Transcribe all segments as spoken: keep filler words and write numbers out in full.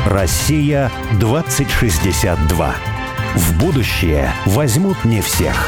Россия двадцать шестьдесят два. В будущее возьмут не всех.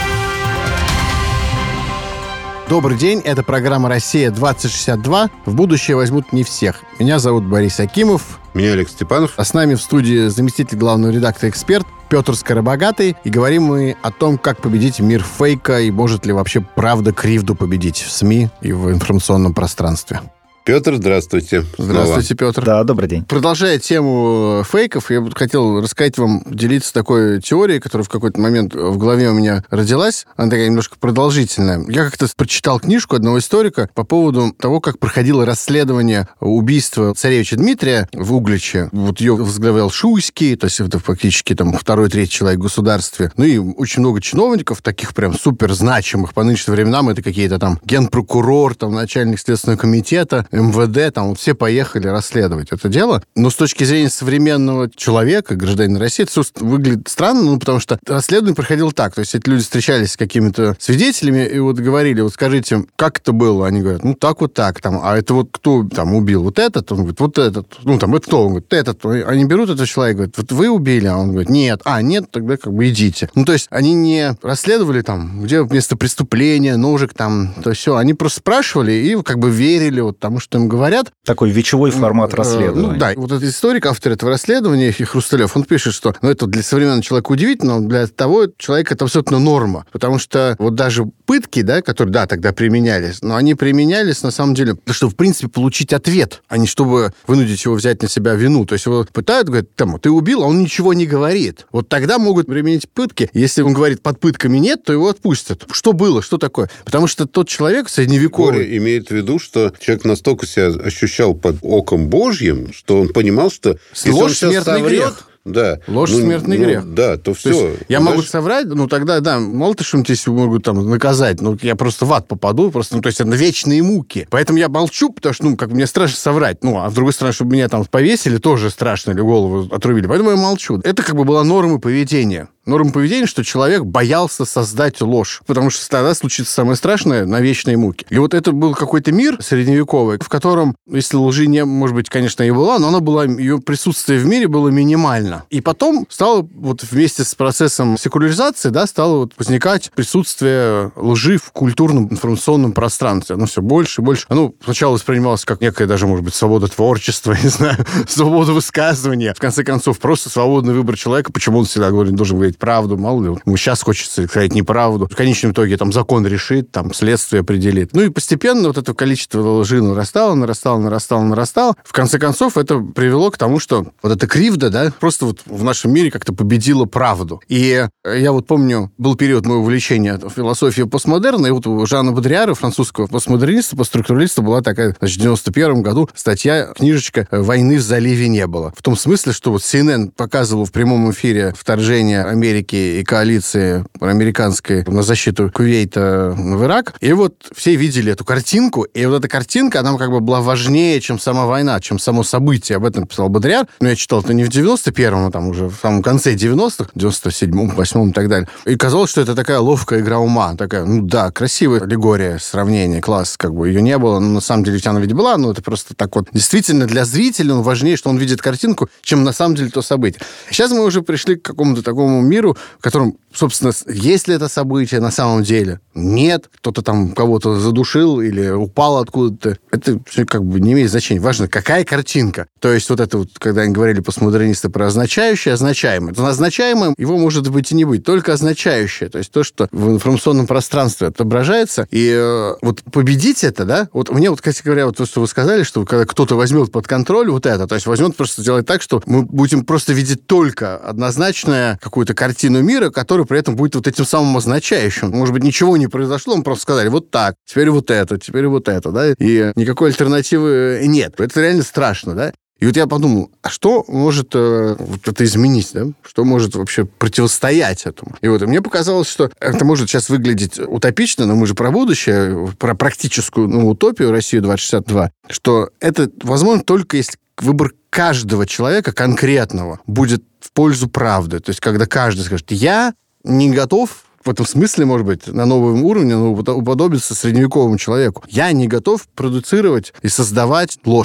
Добрый день, это программа «Россия-двадцать шестьдесят два». В будущее возьмут не всех. Меня зовут Борис Акимов. Меня Олег Степанов. А с нами в студии заместитель главного редактора «Эксперт» Петр Скоробогатый. И говорим мы о том, как победить мир фейка и может ли вообще правда кривду победить в СМИ и в информационном пространстве. Петр, здравствуйте. Здравствуйте, Петр. Да, добрый день. Продолжая тему фейков, я бы хотел рассказать вам, делиться такой теорией, которая в какой-то момент в голове у меня родилась. Она такая немножко продолжительная. Я как-то прочитал книжку одного историка по поводу того, как проходило расследование убийства царевича Дмитрия в Угличе. Вот ее возглавлял Шуйский, то есть это фактически там второй-третий человек в государстве. Ну и очень много чиновников, таких прям супер значимых по нынешним временам. Это какие-то там генпрокурор, там начальник Следственного комитета, эм вэ дэ, там вот все поехали расследовать это дело. Но с точки зрения современного человека, гражданина России, это все выглядит странно, ну, потому что расследование проходило так. То есть эти люди встречались с какими-то свидетелями и вот говорили, вот скажите, как это было? Они говорят, ну, так вот так. Там, а это вот кто там убил? Вот этот? Он говорит, вот этот. Ну, там, это кто? Он говорит, этот. Они берут этого человека, говорят, вот вы убили? А он говорит, нет. А, нет, тогда как бы идите. Ну, то есть они не расследовали там, где место преступления, ножик там, то все. Они просто спрашивали и как бы верили вот тому, что им говорят. Такой вечевой формат расследования. Ну, да, вот этот историк, автор этого расследования, Хрусталев, он пишет, что ну, это для современного человека удивительно, но для того человека это абсолютно норма. Потому что вот даже пытки, да, которые, да, тогда применялись, но они применялись, на самом деле, чтобы, в принципе, получить ответ, а не чтобы вынудить его взять на себя вину. То есть его пытают, говорят, там, ты убил, а он ничего не говорит. Вот тогда могут применить пытки. Если он говорит, под пытками нет, то его отпустят. Что было? Что такое? Потому что тот человек средневековый... Горе имеет в виду, что человек настолько себя ощущал под оком Божьим, что он понимал, что если ложь, он сейчас смертный соврет, грех. Да. Ложь, ну, смертный ну, грех. Да, то все. То есть я Знаешь... могу соврать, ну тогда, да, мало то, что здесь могут там наказать, ну я просто в ад попаду, просто, ну то есть это вечные муки. Поэтому я молчу, потому что, ну, как мне страшно соврать. Ну, а с другой стороны, чтобы меня там повесили, тоже страшно, или голову отрубили. Поэтому я молчу. Это как бы была норма поведения. Норма поведения, что человек боялся создать ложь, потому что тогда случится самое страшное на вечные муки. И вот это был какой-то мир средневековый, в котором, если лжи не, может быть, конечно, и была, но она была, ее присутствие в мире было минимально. И потом стало вот вместе с процессом секуляризации, да, стало вот возникать присутствие лжи в культурном информационном пространстве. Оно все больше и больше. Оно сначала воспринималось как некая даже, может быть, свобода творчества, не знаю, свобода высказывания. В конце концов, просто свободный выбор человека. Почему он всегда говорит, должен говорить правду, мало ли, ему сейчас хочется сказать неправду. В конечном итоге там закон решит, там следствие определит. Ну и постепенно вот это количество лжи нарастало, нарастало, нарастало, нарастало. В конце концов, это привело к тому, что вот эта кривда, да, просто вот в нашем мире как-то победила правду. И я вот помню, был период моего увлечения философией постмодерна, и вот у Жана Бодриара, французского постмодерниста, постструктуралиста, была такая, значит, в девяносто первом году статья, книжечка «Войны в заливе не было». В том смысле, что вот си эн эн показывал в прямом эфире вторжение Америки и коалиции американской на защиту Кувейта в Ирак. И вот все видели эту картинку, и вот эта картинка, она как бы была важнее, чем сама война, чем само событие. Об этом писал Бодрияр. Но я читал это не в девяносто первом, а там уже в самом конце девяностых, девяносто седьмом, восьмом и так далее. И казалось, что это такая ловкая игра ума. Такая, ну да, красивая аллегория, сравнение, класс, как бы ее не было. Но на самом деле она ведь была, но это просто так вот. Действительно, для зрителя он важнее, что он видит картинку, чем на самом деле то событие. Сейчас мы уже пришли к какому-то такому миру, в котором, собственно, есть ли это событие на самом деле? Нет. Кто-то там кого-то задушил или упал откуда-то. Это все как бы не имеет значения. Важно, какая картинка. То есть вот это вот, когда они говорили постмодернисты про означающее, означаемое. То означаемое его может быть и не быть. Только означающее. То есть то, что в информационном пространстве отображается. И э, вот победить это, да, вот мне вот, кстати говоря, вот то, что вы сказали, что когда кто-то возьмет под контроль вот это, то есть возьмет просто сделать так, что мы будем просто видеть только однозначное какую-то картину мира, который при этом будет вот этим самым означающим. Может быть, ничего не произошло, мы просто сказали, вот так, теперь вот это, теперь вот это, да, и никакой альтернативы нет. Это реально страшно, да. И вот я подумал, а что может э, вот это изменить, да? Что может вообще противостоять этому? И вот и мне показалось, что это может сейчас выглядеть утопично, но мы же про будущее, про практическую ну, утопию Россию двадцать шестьдесят два, что это возможно только если выбор каждого человека конкретного будет в пользу правды. То есть когда каждый скажет, я не готов в этом смысле, может быть, на новом уровне ну, уподобиться средневековому человеку. Я не готов продуцировать и создавать ложь.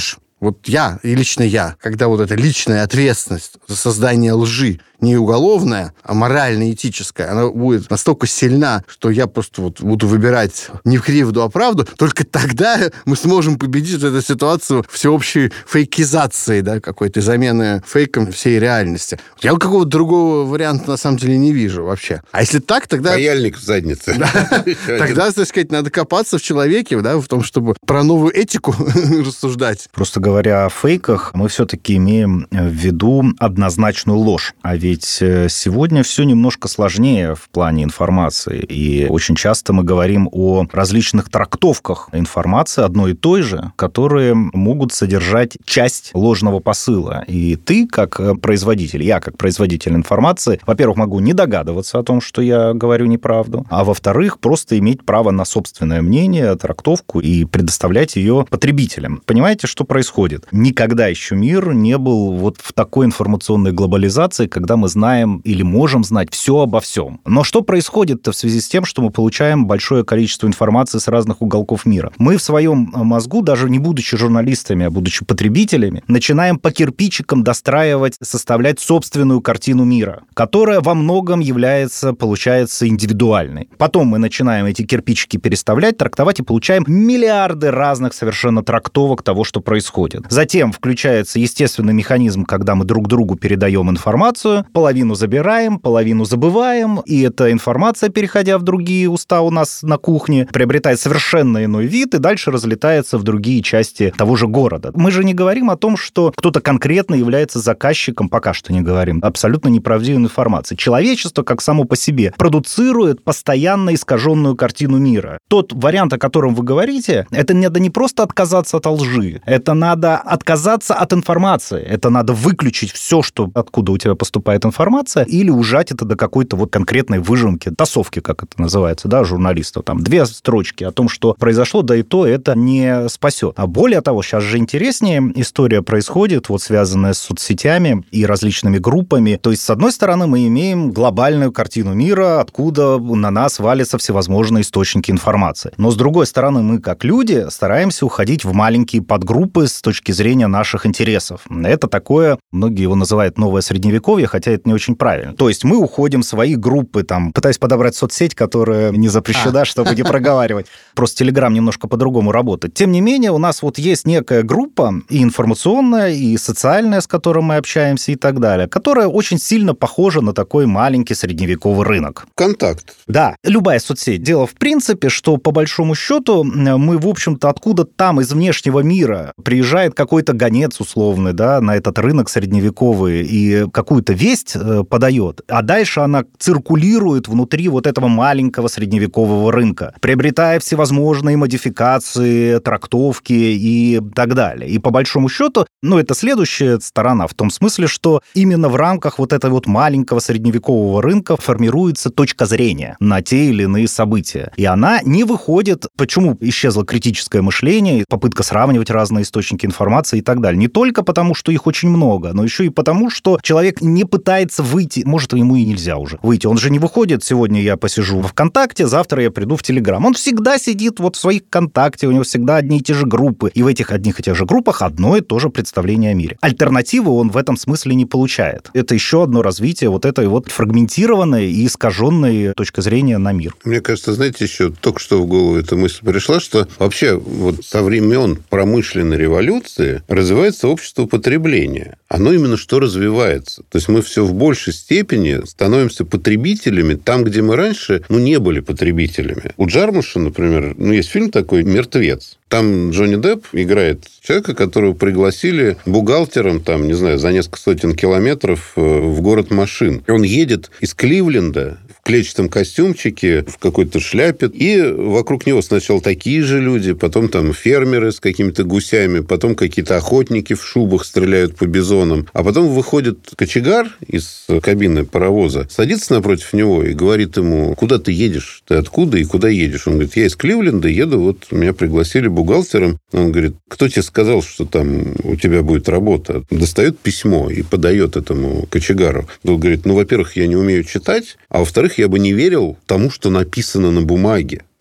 вот я, и лично я, когда вот эта личная ответственность за создание лжи, не уголовная, а морально-этическая, она будет настолько сильна, что я просто вот буду выбирать не кривду, а правду, только тогда мы сможем победить эту ситуацию всеобщей фейкизации, да, какой-то замены фейком всей реальности. Я какого-то другого варианта на самом деле не вижу вообще. А если так, тогда... Паяльник в заднице. Тогда, так сказать, надо копаться в человеке, да, в том, чтобы про новую этику рассуждать. Просто говоря о фейках, мы все-таки имеем в виду однозначную ложь. А ведь сегодня все немножко сложнее в плане информации. И очень часто мы говорим о различных трактовках информации одной и той же, которые могут содержать часть ложного посыла. И ты, как производитель, я, как производитель информации, во-первых, могу не догадываться о том, что я говорю неправду, а во-вторых, просто иметь право на собственное мнение, трактовку и предоставлять ее потребителям. Понимаете, что происходит? Никогда еще мир не был вот в такой информационной глобализации, когда мы знаем или можем знать все обо всем. Но что происходит-то в связи с тем, что мы получаем большое количество информации с разных уголков мира? Мы в своем мозгу, даже не будучи журналистами, а будучи потребителями, начинаем по кирпичикам достраивать, составлять собственную картину мира, которая во многом является, получается, индивидуальной. Потом мы начинаем эти кирпичики переставлять, трактовать и получаем миллиарды разных совершенно трактовок того, что происходит. Затем включается естественный механизм, когда мы друг другу передаем информацию, половину забираем, половину забываем, и эта информация, переходя в другие уста у нас на кухне, приобретает совершенно иной вид и дальше разлетается в другие части того же города. Мы же не говорим о том, что кто-то конкретно является заказчиком, пока что не говорим, абсолютно неправдивой информации. Человечество, как само по себе, продуцирует постоянно искаженную картину мира. Тот вариант, о котором вы говорите, это надо не просто отказаться от лжи, это надо отказаться от информации, это надо выключить все, что откуда у тебя поступает информация, или ужать это до какой-то вот конкретной выжимки, тасовки, как это называется, да, журналистов. Там две строчки о том, что произошло, да и то это не спасет. А более того, сейчас же интереснее история происходит, вот связанная с соцсетями и различными группами. То есть, с одной стороны, мы имеем глобальную картину мира, откуда на нас валятся всевозможные источники информации. Но, с другой стороны, мы, как люди, стараемся уходить в маленькие подгруппы с точки зрения наших интересов. Это такое, многие его называют новое средневековье, хотя это не очень правильно. То есть мы уходим в свои группы, там, пытаюсь подобрать соцсеть, которая не запрещена, а. чтобы не проговаривать. Просто Телеграм немножко по-другому работает. Тем не менее, у нас вот есть некая группа и информационная, и социальная, с которой мы общаемся и так далее, которая очень сильно похожа на такой маленький средневековый рынок. Контакт. Да, любая соцсеть. Дело в принципе, что по большому счету мы, в общем-то, откуда там из внешнего мира приезжает какой-то гонец условный, да, на этот рынок средневековый и какую-то весть подает, а дальше она циркулирует внутри вот этого маленького средневекового рынка, приобретая всевозможные модификации, трактовки и так далее. И по большому счету, ну, это следующая сторона в том смысле, что именно в рамках вот этого вот маленького средневекового рынка формируется точка зрения на те или иные события. И она не выходит... Почему исчезло критическое мышление, попытка сравнивать разные источники информации и так далее? Не только потому, что их очень много, но еще и потому, что человек не пытается выйти, может, ему и нельзя уже выйти. Он же не выходит, сегодня я посижу в ВКонтакте, завтра я приду в Телеграм. Он всегда сидит вот в своих ВКонтакте, у него всегда одни и те же группы. И в этих одних и тех же группах одно и то же представление о мире. Альтернативы он в этом смысле не получает. Это еще одно развитие вот этой вот фрагментированной и искаженной точки зрения на мир. Мне кажется, знаете, еще только что в голову эта мысль пришла, что вообще вот со времен промышленной революции развивается общество потребления. Оно именно что развивается. То есть мы все в большей степени становимся потребителями там, где мы раньше, ну, не были потребителями. У Джармуша, например, ну, есть фильм такой «Мертвец». Там Джонни Депп играет человека, которого пригласили бухгалтером, там, не знаю, за несколько сотен километров в город машин. Он едет из Кливленда в клетчатом костюмчике, в какой-то шляпе, и вокруг него сначала такие же люди, потом там фермеры с какими-то гусями, потом какие-то охотники в шубах стреляют по бизонам, а потом выходит кочегар из кабины паровоза, садится напротив него и говорит ему: куда ты едешь? Ты откуда и куда едешь? Он говорит: я из Кливленда еду, вот меня пригласили бухгалтером. Он говорит: кто тебе сказал, что там у тебя будет работа? Достает письмо и подает этому кочегару. Он говорит: ну, во-первых, я не умею читать, а во-вторых, я бы не верил тому, что написано на бумаге.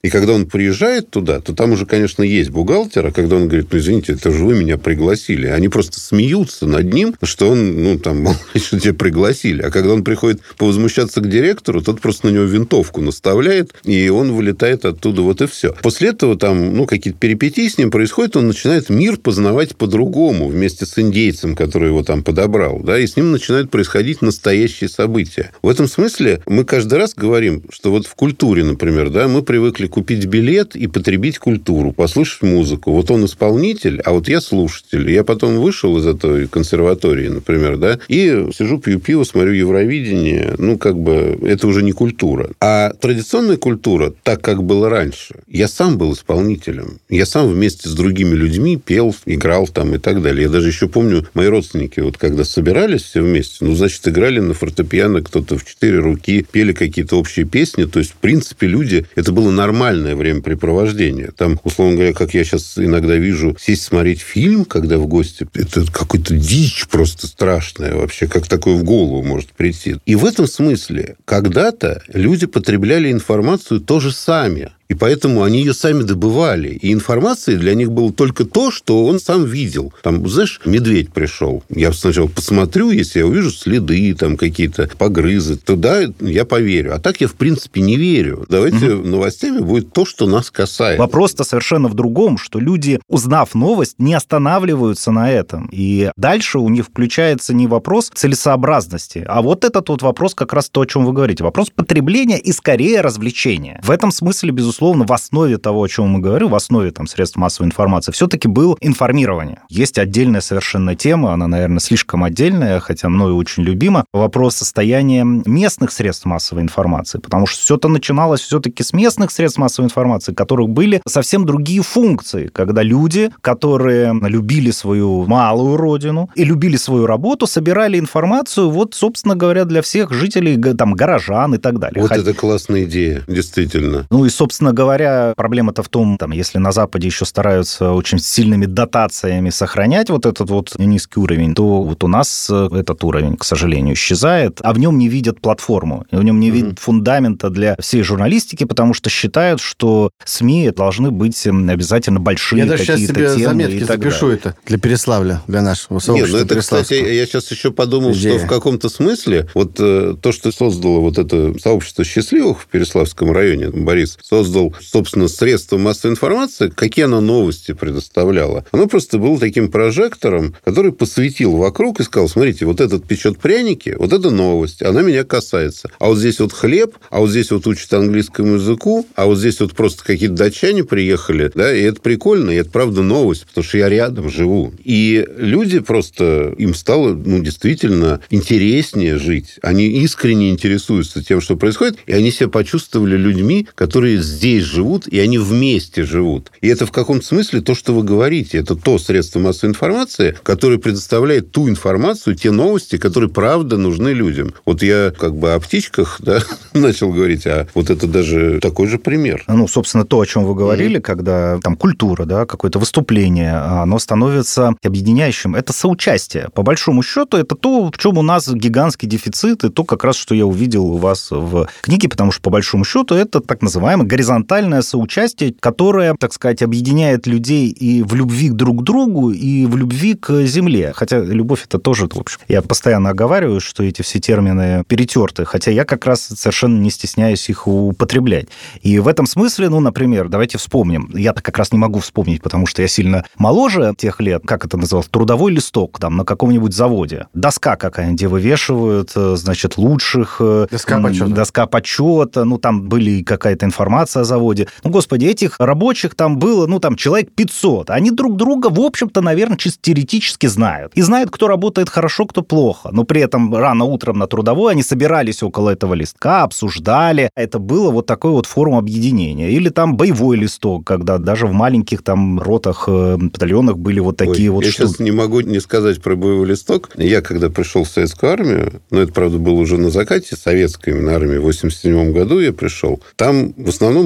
И когда он приезжает туда, то там уже, конечно, есть бухгалтер, а когда он говорит, ну, извините, это же вы меня пригласили. Они просто смеются над ним, что он, ну, там, мол, что тебя пригласили. А когда он приходит повозмущаться к директору, тот просто на него винтовку наставляет, и он вылетает оттуда, вот и все. После этого там, ну, какие-то перипетии с ним происходят, он начинает мир познавать по-другому, вместе с индейцем, который его там подобрал, да, и с ним начинают происходить настоящие события. В этом смысле мы каждый раз говорим, что вот в культуре, например, да, мы привыкли купить билет и потребить культуру, послушать музыку. Вот он исполнитель, а вот я слушатель. Я потом вышел из этой консерватории, например, да, и сижу, пью пиво, смотрю Евровидение. Ну, как бы, это уже не культура. А традиционная культура, так, как было раньше, я сам был исполнителем. Я сам вместе с другими людьми пел, играл там и так далее. Я даже еще помню, мои родственники, вот когда собирались все вместе, ну, значит, играли на фортепиано, кто-то в четыре руки, пели какие-то общие песни. То есть, в принципе, люди... Это было нормальное времяпрепровождение. Там, условно говоря, как я сейчас иногда вижу, сесть смотреть фильм, когда в гости, это какой-то дичь просто страшная вообще, как такое в голову может прийти. И в этом смысле когда-то люди потребляли информацию тоже сами. И поэтому они ее сами добывали. И информацией для них было только то, что он сам видел. Там, знаешь, медведь пришел. Я сначала посмотрю, если я увижу следы, там какие-то погрызы, то да, я поверю. А так я, в принципе, не верю. Давайте угу. новостями будет то, что нас касается. Вопрос-то совершенно в другом, что люди, узнав новость, не останавливаются на этом. И дальше у них включается не вопрос целесообразности, а вот этот вот вопрос как раз то, о чем вы говорите. Вопрос потребления и, скорее, развлечения. В этом смысле, безусловно, в основе того, о чем мы говорим, в основе там, средств массовой информации, все-таки было информирование. Есть отдельная совершенно тема, она, наверное, слишком отдельная, хотя мною очень любима, вопрос состояния местных средств массовой информации, потому что все это начиналось все-таки с местных средств массовой информации, у которых были совсем другие функции, когда люди, которые любили свою малую родину и любили свою работу, собирали информацию, вот, собственно говоря, для всех жителей, там, горожан и так далее. Вот Хотя... это классная идея, действительно. Ну и, собственно говоря, проблема-то в том, там, если на Западе еще стараются очень сильными дотациями сохранять вот этот вот низкий уровень, то вот у нас этот уровень, к сожалению, исчезает, а в нем не видят платформу, в нем не mm-hmm. видят фундамента для всей журналистики, потому что считают, что СМИ должны быть обязательно большие какие-то темы. Я даже сейчас себе заметки запишу далее. Это для Переславля, для нашего сообщества. Нет, ну это, кстати, я сейчас еще подумал, Идея. что в каком-то смысле вот э, то, что создало вот это сообщество счастливых в Переславском районе, Борис создал, собственно, средства массовой информации, какие оно новости предоставляло. Оно просто было таким прожектором, который посветил вокруг и сказал, смотрите, вот этот печет пряники, вот это новость, она меня касается. А вот здесь вот хлеб, а вот здесь вот учат английскому языку, а вот здесь вот просто какие-то датчане приехали, да, и это прикольно, и это правда новость, потому что я рядом живу. И люди просто, им стало, ну, действительно интереснее жить. Они искренне интересуются тем, что происходит, и они себя почувствовали людьми, которые здесь живут, и они вместе живут. И это в каком-то смысле то, что вы говорите. Это то средство массовой информации, которое предоставляет ту информацию, те новости, которые правда нужны людям. Вот я как бы о птичках, да, начал говорить, а вот это даже такой же пример. Ну, собственно, то, о чем вы говорили, mm-hmm. когда там культура, да, какое-то выступление, оно становится объединяющим. Это соучастие. По большому счету, это то, в чем у нас гигантский дефицит, и то, как раз, что я увидел у вас в книге, потому что, по большому счету, это так называемое горизонтальное соучастие, которое, так сказать, объединяет людей и в любви друг к другу, и в любви к земле. Хотя любовь это тоже, в общем, я постоянно оговариваю, что эти все термины перетерты, хотя я как раз совершенно не стесняюсь их употреблять. И в этом смысле, ну, например, давайте вспомним. Я-то как раз не могу вспомнить, потому что я сильно моложе тех лет, как это называлось, трудовой листок там на каком-нибудь заводе. Доска какая-нибудь, где вывешивают, значит, лучших... Доска почета. Доска почета, ну, там были какая-то информация о заводе. Ну, господи, этих рабочих там было, ну, там, человек пятьсот. Они друг друга, в общем-то, наверное, чисто теоретически знают. И знают, кто работает хорошо, кто плохо. Но при этом рано утром на трудовой они собирались около этого листка, обсуждали. Это было вот такой вот форум объединения. Или там боевой листок, когда даже в маленьких там ротах, батальонах были вот такие Ой, вот я штуки. сейчас не могу не сказать про боевой листок. Я, когда пришел в советскую армию, но это, правда, было уже на закате советской именно армии, в восемьдесят седьмом году я пришел, там в основном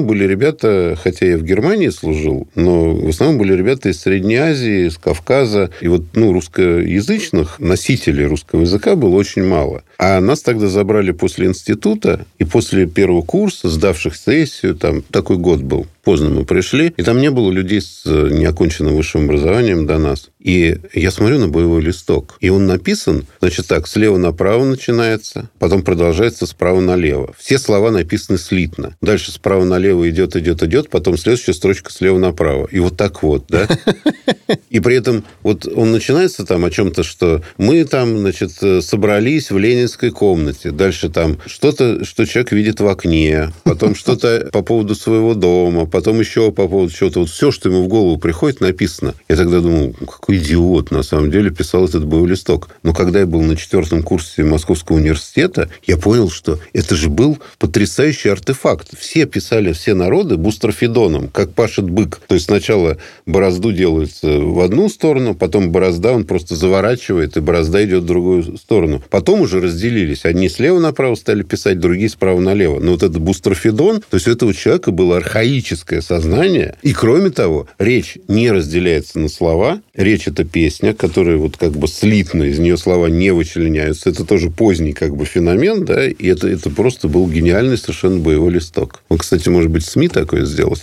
были ребята, хотя я в Германии служил, но в основном были ребята из Средней Азии, из Кавказа. И вот, ну, русскоязычных носителей русского языка было очень мало. А нас тогда забрали после института, и после первого курса, сдавших сессию, там такой год был, поздно мы пришли, и там не было людей с неоконченным высшим образованием до нас. И я смотрю на боевой листок, и он написан, значит так, слева направо начинается, потом продолжается справа налево. Все слова написаны слитно. Дальше справа налево идет, идет, идет, потом следующая строчка слева направо. И вот так вот, да? И при этом вот он начинается там о чем-то, что мы там, значит, собрались в ленинской комнате. Дальше там что-то, что человек видит в окне, потом что-то по поводу своего дома, потом еще по поводу чего-то. Вот все, что ему в голову приходит, написано. Я тогда думал, какой идиот, на самом деле, писал этот боевой листок. Но когда я был на четвертом курсе Московского университета, я понял, что это же был потрясающий артефакт. Все писали, все народы бустрофидоном, как пашет бык. То есть сначала борозду делается в одну сторону, потом борозда он просто заворачивает, и борозда идет в другую сторону. Потом уже разделились. Одни слева направо стали писать, другие справа налево. Но вот этот бустрофидон, то есть у этого человека было архаическое сознание. И, кроме того, речь не разделяется на слова. Речь – это песня, которая вот как бы слитно, из нее слова не вычленяются. Это тоже поздний как бы феномен, да, и это, это просто был гениальный совершенно боевой листок. Он, кстати, может быть, СМИ такое сделал.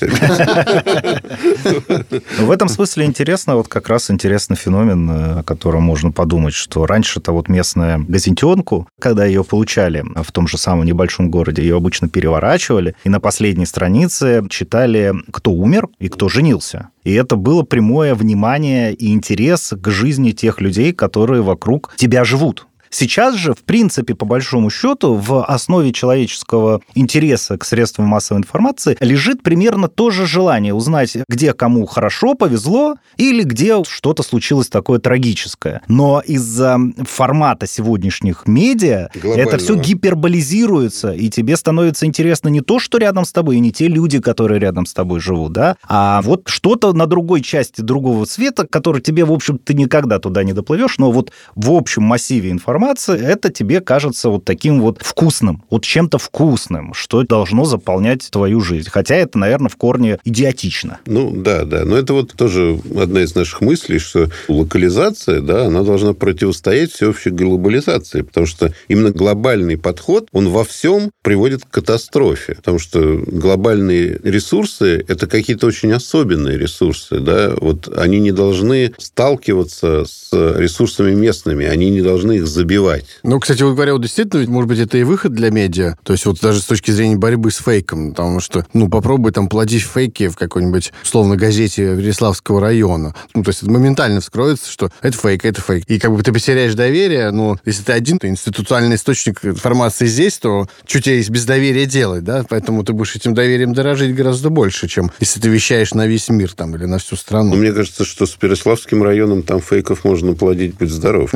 В этом смысле интересно, вот как раз интересный феномен, о котором можно подумать, что раньше-то вот местная газетенку, когда ее получали в том же самом небольшом городе, ее обычно переворачивали, и на последней странице читали, кто умер и кто женился. И это было прямое внимание и интерес к жизни тех людей, которые вокруг тебя живут. Сейчас же, в принципе, по большому счету, в основе человеческого интереса к средствам массовой информации лежит примерно то же желание узнать, где кому хорошо, повезло, или где что-то случилось такое трагическое. Но из-за формата сегодняшних медиа это все гиперболизируется, и тебе становится интересно не то, что рядом с тобой, и не те люди, которые рядом с тобой живут, да, а вот что-то на другой части другого света, который тебе, в общем, ты никогда туда не доплывешь, но вот в общем массиве информации это тебе кажется вот таким вот вкусным, вот чем-то вкусным, что должно заполнять твою жизнь. Хотя это, наверное, в корне идиотично. Ну, да, да. Но это вот тоже одна из наших мыслей, что локализация, да, она должна противостоять всеобщей глобализации, потому что именно глобальный подход, он во всем приводит к катастрофе. Потому что глобальные ресурсы – это какие-то очень особенные ресурсы, да, вот они не должны сталкиваться с ресурсами местными, они не должны их забирать. Ну, кстати, вот говоря, вот действительно, может быть, это и выход для медиа, то есть вот даже с точки зрения борьбы с фейком, потому что, ну, попробуй там плодить фейки в какой-нибудь, условно, газете Переславского района, ну, то есть это моментально вскроется, что это фейк, это фейк. И как бы ты потеряешь доверие, но если ты один, ты институциональный источник информации здесь, то что тебе есть без доверия делать, да? Поэтому ты будешь этим доверием дорожить гораздо больше, чем если ты вещаешь на весь мир там или на всю страну. Ну, мне кажется, что с Переславским районом там фейков можно плодить, будь здоров.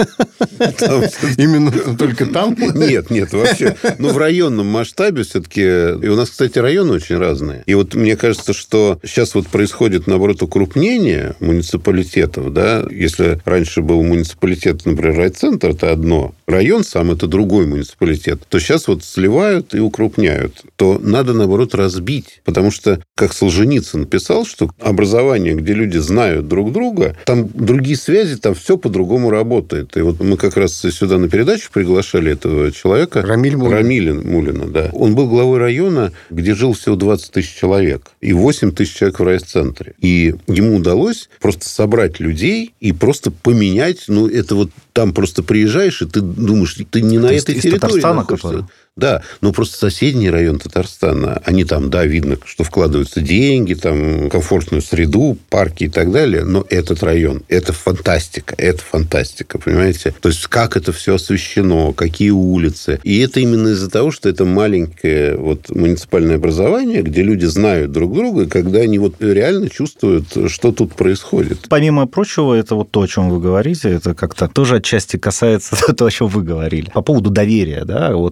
Именно только там? Нет, нет, вообще. Ну, в районном масштабе все-таки... И у нас, кстати, районы очень разные. И вот мне кажется, что сейчас вот происходит, наоборот, укрупнение муниципалитетов, да. Если раньше был муниципалитет, например, райцентр, это одно. Район сам – это другой муниципалитет. То сейчас вот сливают и укрупняют. То надо, наоборот, разбить. Потому что, как Солженицын писал, что образование, где люди знают друг друга, там другие связи, там все по-другому работает. И вот мы как раз сюда на передачу приглашали этого человека. Рамиль Мулин. Рамиль Мулина, да. Он был главой района, где жил всего двадцать тысяч человек. И восемь тысяч человек в райцентре. И ему удалось просто собрать людей и просто поменять. Ну, это вот там просто приезжаешь, и ты думаешь, ты не на То этой из территории Татарстана, находишься. который... Да, но просто соседний район Татарстана, они там, да, видно, что вкладываются деньги, там, комфортную среду, парки и так далее, но этот район, это фантастика, это фантастика, понимаете? То есть, как это все освещено, какие улицы. И это именно из-за того, что это маленькое вот муниципальное образование, где люди знают друг друга, когда они вот реально чувствуют, что тут происходит. Помимо прочего, это вот то, о чем вы говорите, это как-то тоже отчасти касается того, о чем вы говорили. По поводу доверия, да, вот к таким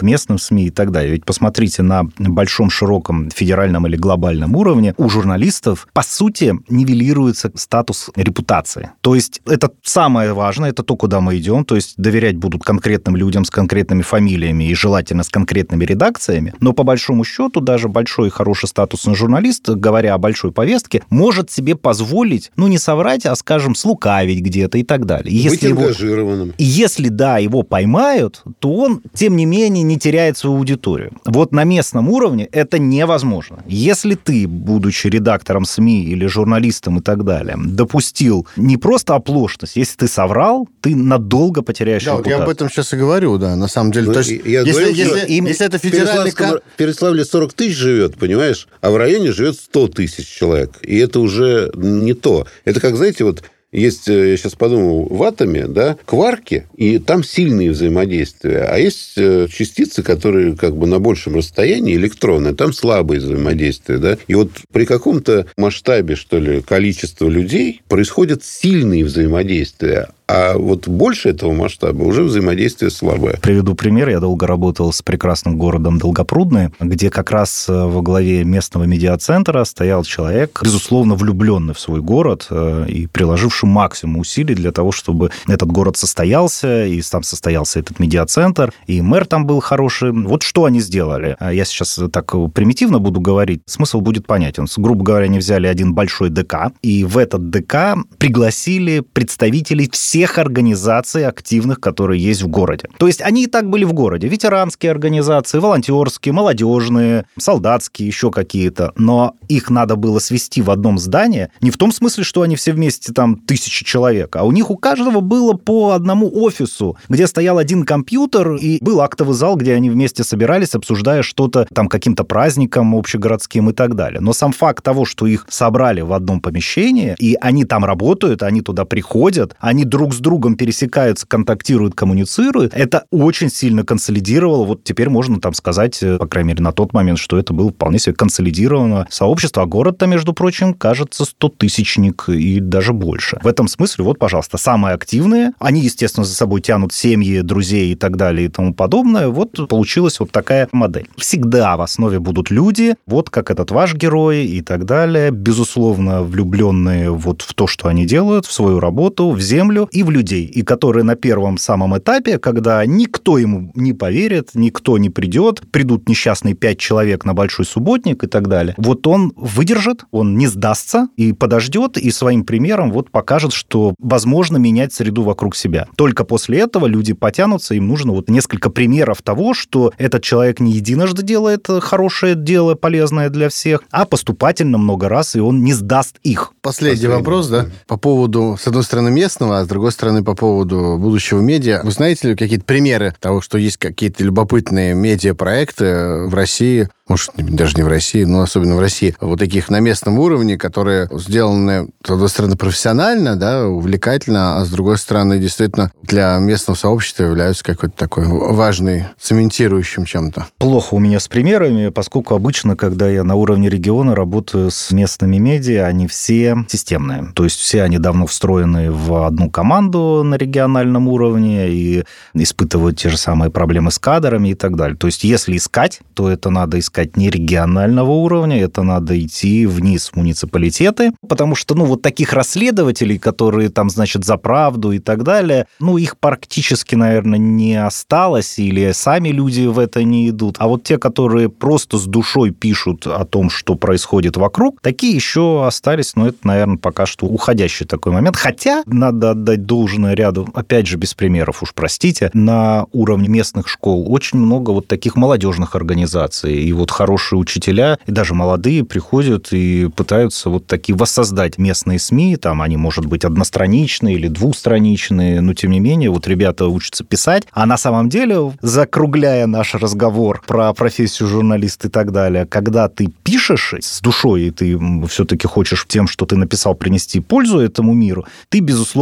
к местным СМИ и так далее. Ведь посмотрите, на большом, широком федеральном или глобальном уровне у журналистов, по сути, нивелируется статус репутации. То есть это самое важное, это то, куда мы идем, то есть доверять будут конкретным людям с конкретными фамилиями и желательно с конкретными редакциями, но по большому счету даже большой и хороший статусный журналист, говоря о большой повестке, может себе позволить, ну, не соврать, а, скажем, слукавить где-то и так далее. Быть если ангажированным. Его, если, да, его поймают, то он, тем не менее, не теряет свою аудиторию. Вот на местном уровне это невозможно. Если ты, будучи редактором СМИ или журналистом и так далее, допустил не просто оплошность, если ты соврал, ты надолго потеряешь да, репутацию. Вот я об этом сейчас и говорю, да, на самом деле. Ну, то есть, я если, говорю, если, им... если это федеральный... В Переславле сорок тысяч живет, понимаешь, а в районе живет сто тысяч человек. И это уже не то. Это как, знаете, вот есть, я сейчас подумал, в атоме, да, кварки, и там сильные взаимодействия. А есть частицы, которые как бы на большем расстоянии, электроны, там слабые взаимодействия, да. И вот при каком-то масштабе, что ли, количества людей происходят сильные взаимодействия. А вот больше этого масштаба уже взаимодействие слабое. Приведу пример. Я долго работал с прекрасным городом Долгопрудный, где как раз во главе местного медиацентра стоял человек, безусловно, влюбленный в свой город и приложивший максимум усилий для того, чтобы этот город состоялся, и там состоялся этот медиацентр, и мэр там был хороший. Вот что они сделали. Я сейчас так примитивно буду говорить, смысл будет понятен. Грубо говоря, они взяли один большой ДК, и в этот ДК пригласили представителей всех всех организаций активных, которые есть в городе. То есть они и так были в городе. Ветеранские организации, волонтерские, молодежные, солдатские, еще какие-то. Но их надо было свести в одном здании. Не в том смысле, что они все вместе там тысячи человек, а у них у каждого было по одному офису, где стоял один компьютер, и был актовый зал, где они вместе собирались, обсуждая что-то там каким-то праздником общегородским и так далее. Но сам факт того, что их собрали в одном помещении, и они там работают, они туда приходят, они друг с другом пересекаются, контактируют, коммуницируют, это очень сильно консолидировало. Вот теперь можно там сказать, по крайней мере, на тот момент, что это было вполне себе консолидированное сообщество. А город-то, между прочим, кажется, стотысячник и даже больше. В этом смысле, вот, пожалуйста, самые активные. Они, естественно, за собой тянут семьи, друзей и так далее и тому подобное. Вот получилась вот такая модель. Всегда в основе будут люди, вот как этот ваш герой и так далее, безусловно, влюбленные вот в то, что они делают, в свою работу, в землю и в людей, и которые на первом самом этапе, когда никто ему не поверит, никто не придет, придут несчастные пять человек на большой субботник и так далее, вот он выдержит, он не сдастся и подождет, и своим примером вот покажет, что возможно менять среду вокруг себя. Только после этого люди потянутся, им нужно вот несколько примеров того, что этот человек не единожды делает хорошее дело, полезное для всех, а поступательно много раз, и он не сдаст их. Последний, Последний вопрос, да, по поводу, с одной стороны, местного, а с другой стороны, по поводу будущего медиа. Вы знаете ли какие-то примеры того, что есть какие-то любопытные медиапроекты в России, может, даже не в России, но особенно в России, вот таких на местном уровне, которые сделаны, с одной стороны, профессионально, да, увлекательно, а с другой стороны, действительно, для местного сообщества являются какой-то такой важный, цементирующим чем-то? Плохо у меня с примерами, поскольку обычно, когда я на уровне региона работаю с местными медиа, они все системные. То есть все они давно встроены в одну команду на региональном уровне и испытывают те же самые проблемы с кадрами и так далее. То есть если искать, то это надо искать не регионального уровня, это надо идти вниз в муниципалитеты, потому что, ну, вот таких расследователей, которые там, значит, за правду и так далее, ну, их практически, наверное, не осталось, или сами люди в это не идут. А вот те, которые просто с душой пишут о том, что происходит вокруг, такие еще остались, но это, наверное, пока что уходящий такой момент. Хотя, надо отдать должное ряду, опять же, без примеров, уж простите, на уровне местных школ очень много вот таких молодежных организаций, и вот хорошие учителя, и даже молодые приходят и пытаются вот такие воссоздать местные СМИ, там они, может быть, одностраничные или двухстраничные, но, тем не менее, вот ребята учатся писать, а на самом деле, закругляя наш разговор про профессию журналиста и так далее, когда ты пишешь с душой, и ты все-таки хочешь тем, что ты написал, принести пользу этому миру, ты, безусловно, влюбляешься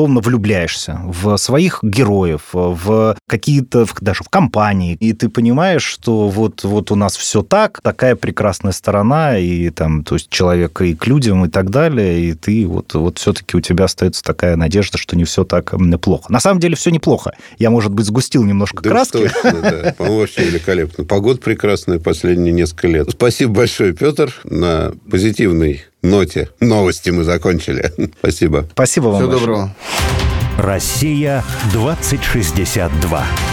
влюбляешься в своих героев, в какие-то, даже в компании, и ты понимаешь, что вот, вот у нас все так, такая прекрасная сторона, и там, то есть человек и к людям, и так далее, и ты вот, вот все-таки у тебя остается такая надежда, что не все так плохо. На самом деле все неплохо. Я, может быть, сгустил немножко да краски. Точно, да. По-моему, вообще великолепно. Погода прекрасная последние несколько лет. Спасибо большое, Петр. На позитивной ноте новости мы закончили. Спасибо. Спасибо вам Всего большое. доброго. Россия двадцать шестьдесят два.